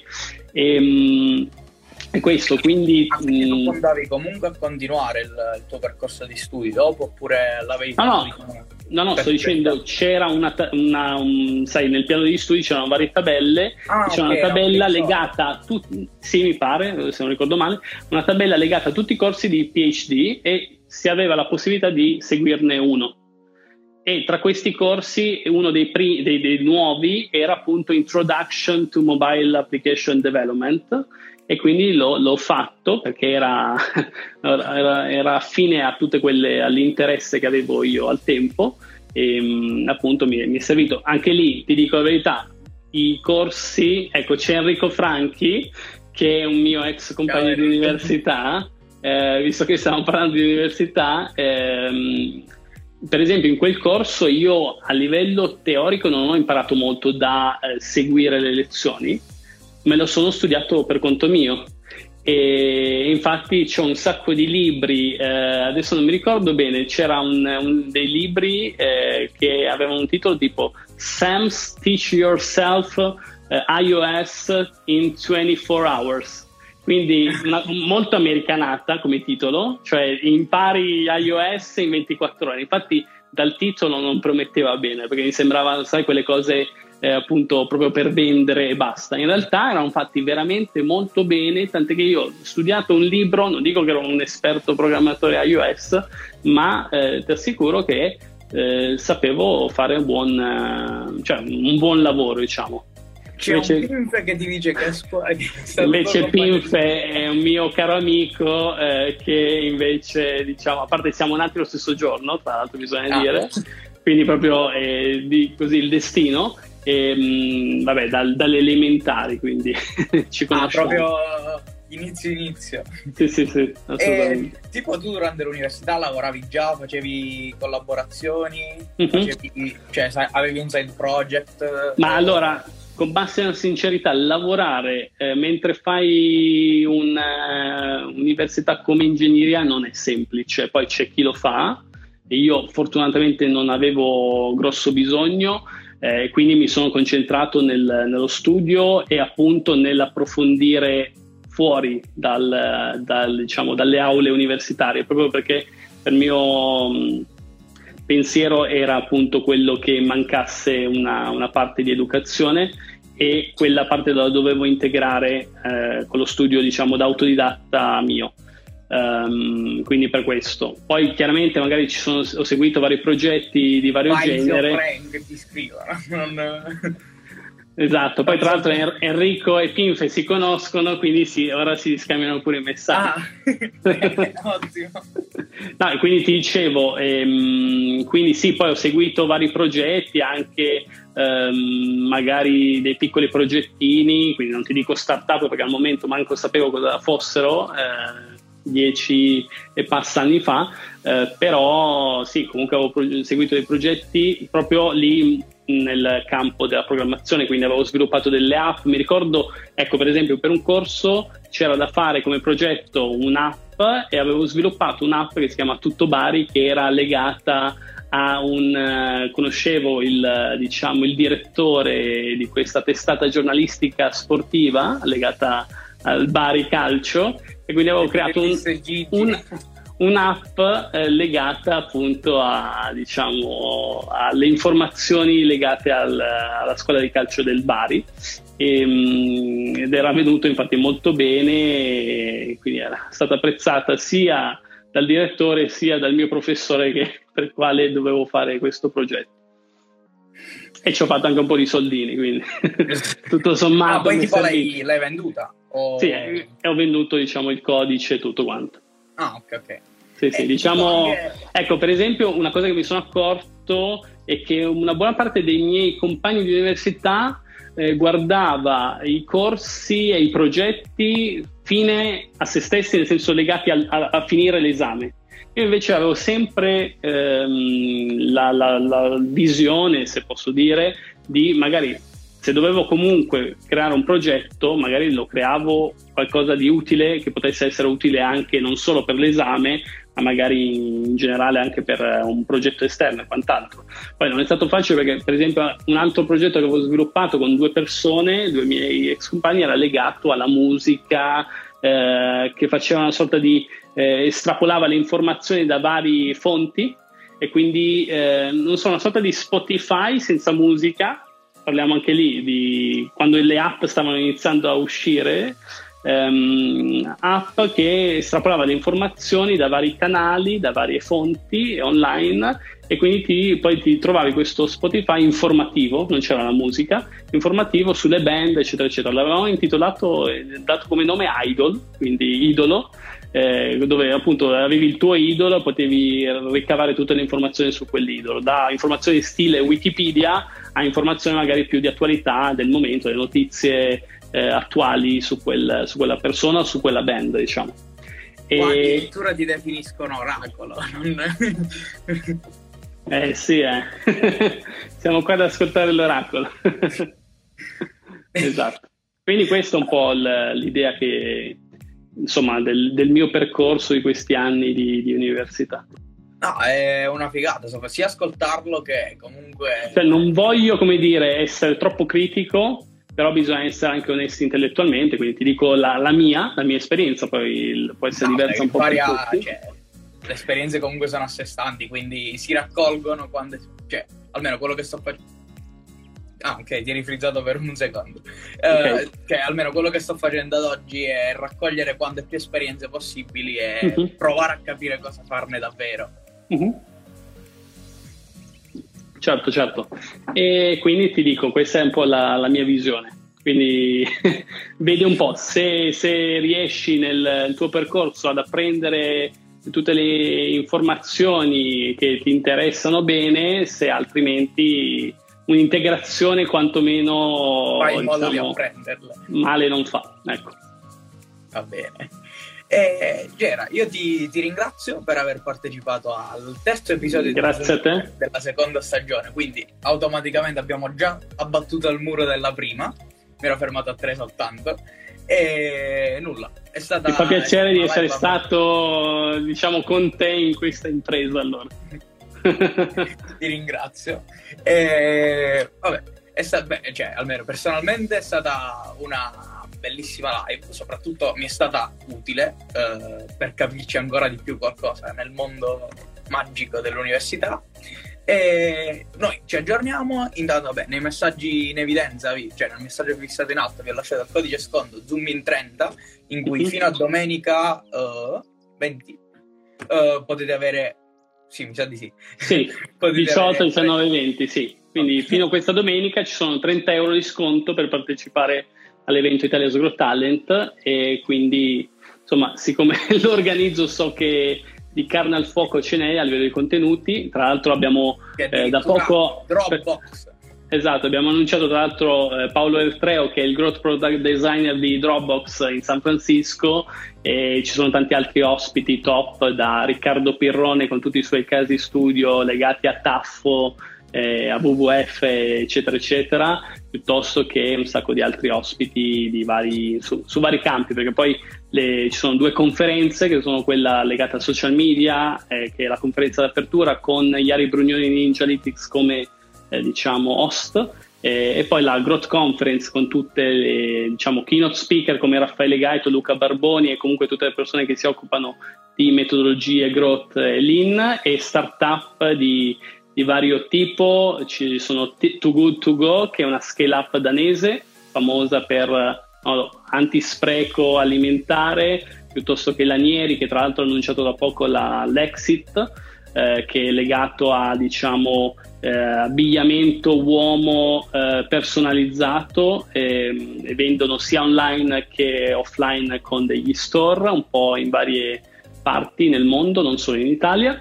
e questo, quindi tu andavi comunque a continuare il tuo percorso di studi dopo, oppure l'avevi fatto? No, sto dicendo, c'era sai, nel piano di studi c'erano varie tabelle, c'era una tabella legata a tutti, sì, mi pare, se non ricordo male, una tabella legata a tutti i corsi di PhD, e si aveva la possibilità di seguirne uno. E tra questi corsi uno dei nuovi era appunto Introduction to Mobile Application Development, e quindi l'ho fatto perché era affine a tutte quelle, all'interesse che avevo io al tempo, e appunto mi è servito. Anche lì, ti dico la verità, i corsi, ecco, c'è Enrico Franchi, che è un mio ex compagno di università, visto che stiamo parlando di università, per esempio in quel corso io a livello teorico non ho imparato molto da seguire le lezioni, me lo sono studiato per conto mio, e infatti c'ho un sacco di libri, adesso non mi ricordo bene, c'era dei libri che avevano un titolo tipo Sam's Teach Yourself iOS in 24 Hours, quindi molto americanata come titolo, cioè impari iOS in 24 ore. Infatti dal titolo non prometteva bene, perché mi sembrava, sai, quelle cose appunto proprio per vendere e basta. In realtà erano fatti veramente molto bene, tant'è che io ho studiato un libro, non dico che ero un esperto programmatore iOS, ma ti assicuro che sapevo fare un buon lavoro, diciamo. C'è invece, un Pinf che ti dice che invece Pinf è un mio caro amico che invece, diciamo, a parte siamo nati lo stesso giorno, tra l'altro bisogna dire, quindi proprio così il destino, e vabbè, dalle elementari, quindi ci conosciamo. Proprio inizio. Sì, assolutamente. Tipo tu durante l'università lavoravi già, facevi collaborazioni, avevi un side project? Ma allora, con massima sincerità, lavorare mentre fai un'università come ingegneria non è semplice. Poi c'è chi lo fa, e io fortunatamente non avevo grosso bisogno, quindi mi sono concentrato nello studio e appunto nell'approfondire fuori dalle aule universitarie, proprio perché per mio pensiero era appunto quello che mancasse una parte di educazione, e quella parte la dovevo integrare con lo studio, diciamo, da autodidatta mio. quindi per questo. Poi chiaramente magari ho seguito vari progetti di vario genere. Frank ti scrivono. Esatto, poi tra l'altro Enrico e Pinfe si conoscono, quindi sì, ora si scambiano pure i messaggi. Ottimo. No, quindi ti dicevo, quindi sì, poi ho seguito vari progetti, anche magari dei piccoli progettini, quindi non ti dico startup perché al momento manco sapevo cosa fossero, 10 e passa anni fa, però sì, comunque avevo seguito dei progetti proprio lì nel campo della programmazione, quindi avevo sviluppato delle app. Mi ricordo, ecco, per esempio per un corso c'era da fare come progetto un'app e avevo sviluppato un'app che si chiama Tutto Bari, che era legata a conoscevo il direttore di questa testata giornalistica sportiva legata al Bari Calcio, e quindi avevo creato un'app legata appunto alle informazioni legate alla scuola di calcio del Bari, ed era venuto infatti molto bene, e quindi era stata apprezzata sia dal direttore sia dal mio professore per il quale dovevo fare questo progetto, e ci ho fatto anche un po' di soldini, quindi tutto sommato. Poi tipo l'hai venduta? Sì, e ho venduto il codice e tutto quanto. Ok. Sì, ecco, per esempio, una cosa che mi sono accorto è che una buona parte dei miei compagni di università guardava i corsi e i progetti fine a se stessi, nel senso legati a finire l'esame. Io invece avevo sempre la visione, se posso dire, di magari, se dovevo comunque creare un progetto, magari lo creavo qualcosa di utile, che potesse essere utile anche non solo per l'esame, ma magari in generale anche per un progetto esterno e quant'altro. Poi non è stato facile perché, per esempio, un altro progetto che avevo sviluppato con due miei ex compagni, era legato alla musica, che faceva una sorta di estrapolava le informazioni da varie fonti, e quindi non so, una sorta di Spotify senza musica. Parliamo anche lì di quando le app stavano iniziando a uscire, app che estrapolava le informazioni da vari canali, da varie fonti online, e quindi poi ti trovavi questo Spotify informativo, non c'era la musica, informativo sulle band, eccetera eccetera. L'avevamo intitolato, dato come nome Idol, quindi idolo, dove appunto avevi il tuo idolo, potevi ricavare tutte le informazioni su quell'idolo, da informazioni stile Wikipedia a informazioni magari più di attualità del momento, le notizie attuali su quella persona o su quella band, diciamo. E addirittura ti definiscono oracolo. Sì, siamo qua ad ascoltare l'oracolo. Esatto. Quindi questa è un po' l'idea che, insomma, del mio percorso di questi anni di università. No, è una figata, sia ascoltarlo che comunque... Cioè, non voglio, come dire, essere troppo critico, però bisogna essere anche onesti intellettualmente, quindi ti dico la mia esperienza, poi può essere diversa un po' per tutti. Cioè, le esperienze comunque sono a sé stanti, quindi si raccolgono quando... Cioè, almeno quello che sto facendo... Ah, ok, ti eri frizzato per un secondo. Okay. Cioè, almeno quello che sto facendo ad oggi è raccogliere quante più esperienze possibili e provare a capire cosa farne davvero. Certo. E quindi ti dico, questa è un po' la mia visione. Quindi vedi un po', se riesci nel tuo percorso ad apprendere tutte le informazioni che ti interessano bene, se altrimenti un'integrazione quantomeno, fai in modo di apprenderle. Male non fa, ecco. Va bene. Gera, io ti ringrazio per aver partecipato al terzo episodio della seconda stagione, quindi automaticamente abbiamo già abbattuto il muro della prima, mi ero fermato a 3 soltanto, e nulla, è stata... Mi fa piacere di essere stato, diciamo, con te in questa impresa, allora. Ti ringrazio. Vabbè, cioè, almeno personalmente è stata una bellissima live, soprattutto mi è stata utile per capirci ancora di più qualcosa nel mondo magico dell'università, e noi ci aggiorniamo. Intanto, vabbè, nei messaggi in evidenza, cioè nel messaggio fissato in alto vi ho lasciato il codice sconto Zoom in 30, in cui fino a domenica 20, potete avere... Sì, mi sa di sì. Sì, 18, 19, 20, sì. Quindi fino a questa domenica ci sono 30 euro di sconto per partecipare all'evento Italia's Got Talent, e quindi insomma, siccome lo organizzo, so che di carne al fuoco ce n'è a livello di contenuti. Tra l'altro abbiamo da poco... Dropbox. Esatto, abbiamo annunciato tra l'altro Paolo Ertreo, che è il Growth Product Designer di Dropbox in San Francisco, e ci sono tanti altri ospiti top, da Riccardo Pirrone con tutti i suoi casi studio legati a Taffo, a WWF, eccetera eccetera, piuttosto che un sacco di altri ospiti di su vari campi, perché poi ci sono 2 conferenze, che sono quella legata a social media, che è la conferenza d'apertura con Yari Brugnoni di Ninjalytics come diciamo host, e poi la Growth Conference con tutte le, diciamo, keynote speaker come Raffaele Gaito, Luca Barboni e comunque tutte le persone che si occupano di metodologie growth e lean, e startup di vario tipo. Ci sono Too Good To Go, che è una scale up danese famosa per antispreco alimentare, piuttosto che Lanieri, che tra l'altro ha annunciato da poco l'Exit, che è legato a, diciamo, abbigliamento uomo personalizzato, e vendono sia online che offline con degli store un po' in varie parti nel mondo, non solo in Italia,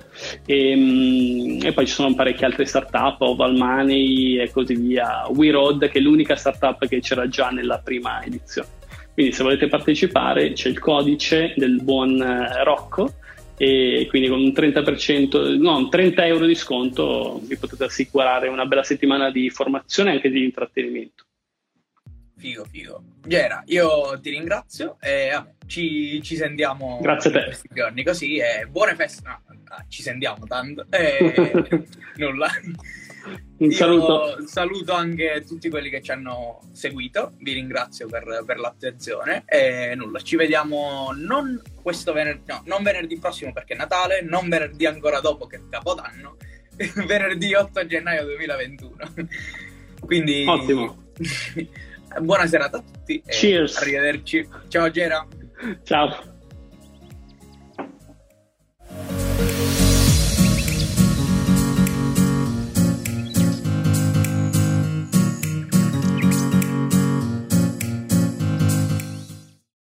e poi ci sono parecchie altre startup, Oval Money e così via, WeRoad, che è l'unica startup che c'era già nella prima edizione. Quindi se volete partecipare c'è il codice del buon Rocco, e quindi con un 30%, no, un 30 euro di sconto vi potete assicurare una bella settimana di formazione e anche di intrattenimento. Figo. Gera, io ti ringrazio e ci sentiamo Grazie a te. Questi giorni così, e buone feste. No, ci sentiamo tanto. Nulla. Un saluto. Saluto anche tutti quelli che ci hanno seguito, vi ringrazio per l'attenzione, e nulla, ci vediamo non venerdì prossimo perché è Natale, non venerdì ancora dopo che è Capodanno, venerdì 8 gennaio 2021. Quindi ottimo. Buona serata a tutti. Cheers. Arrivederci. Ciao Gera. Ciao.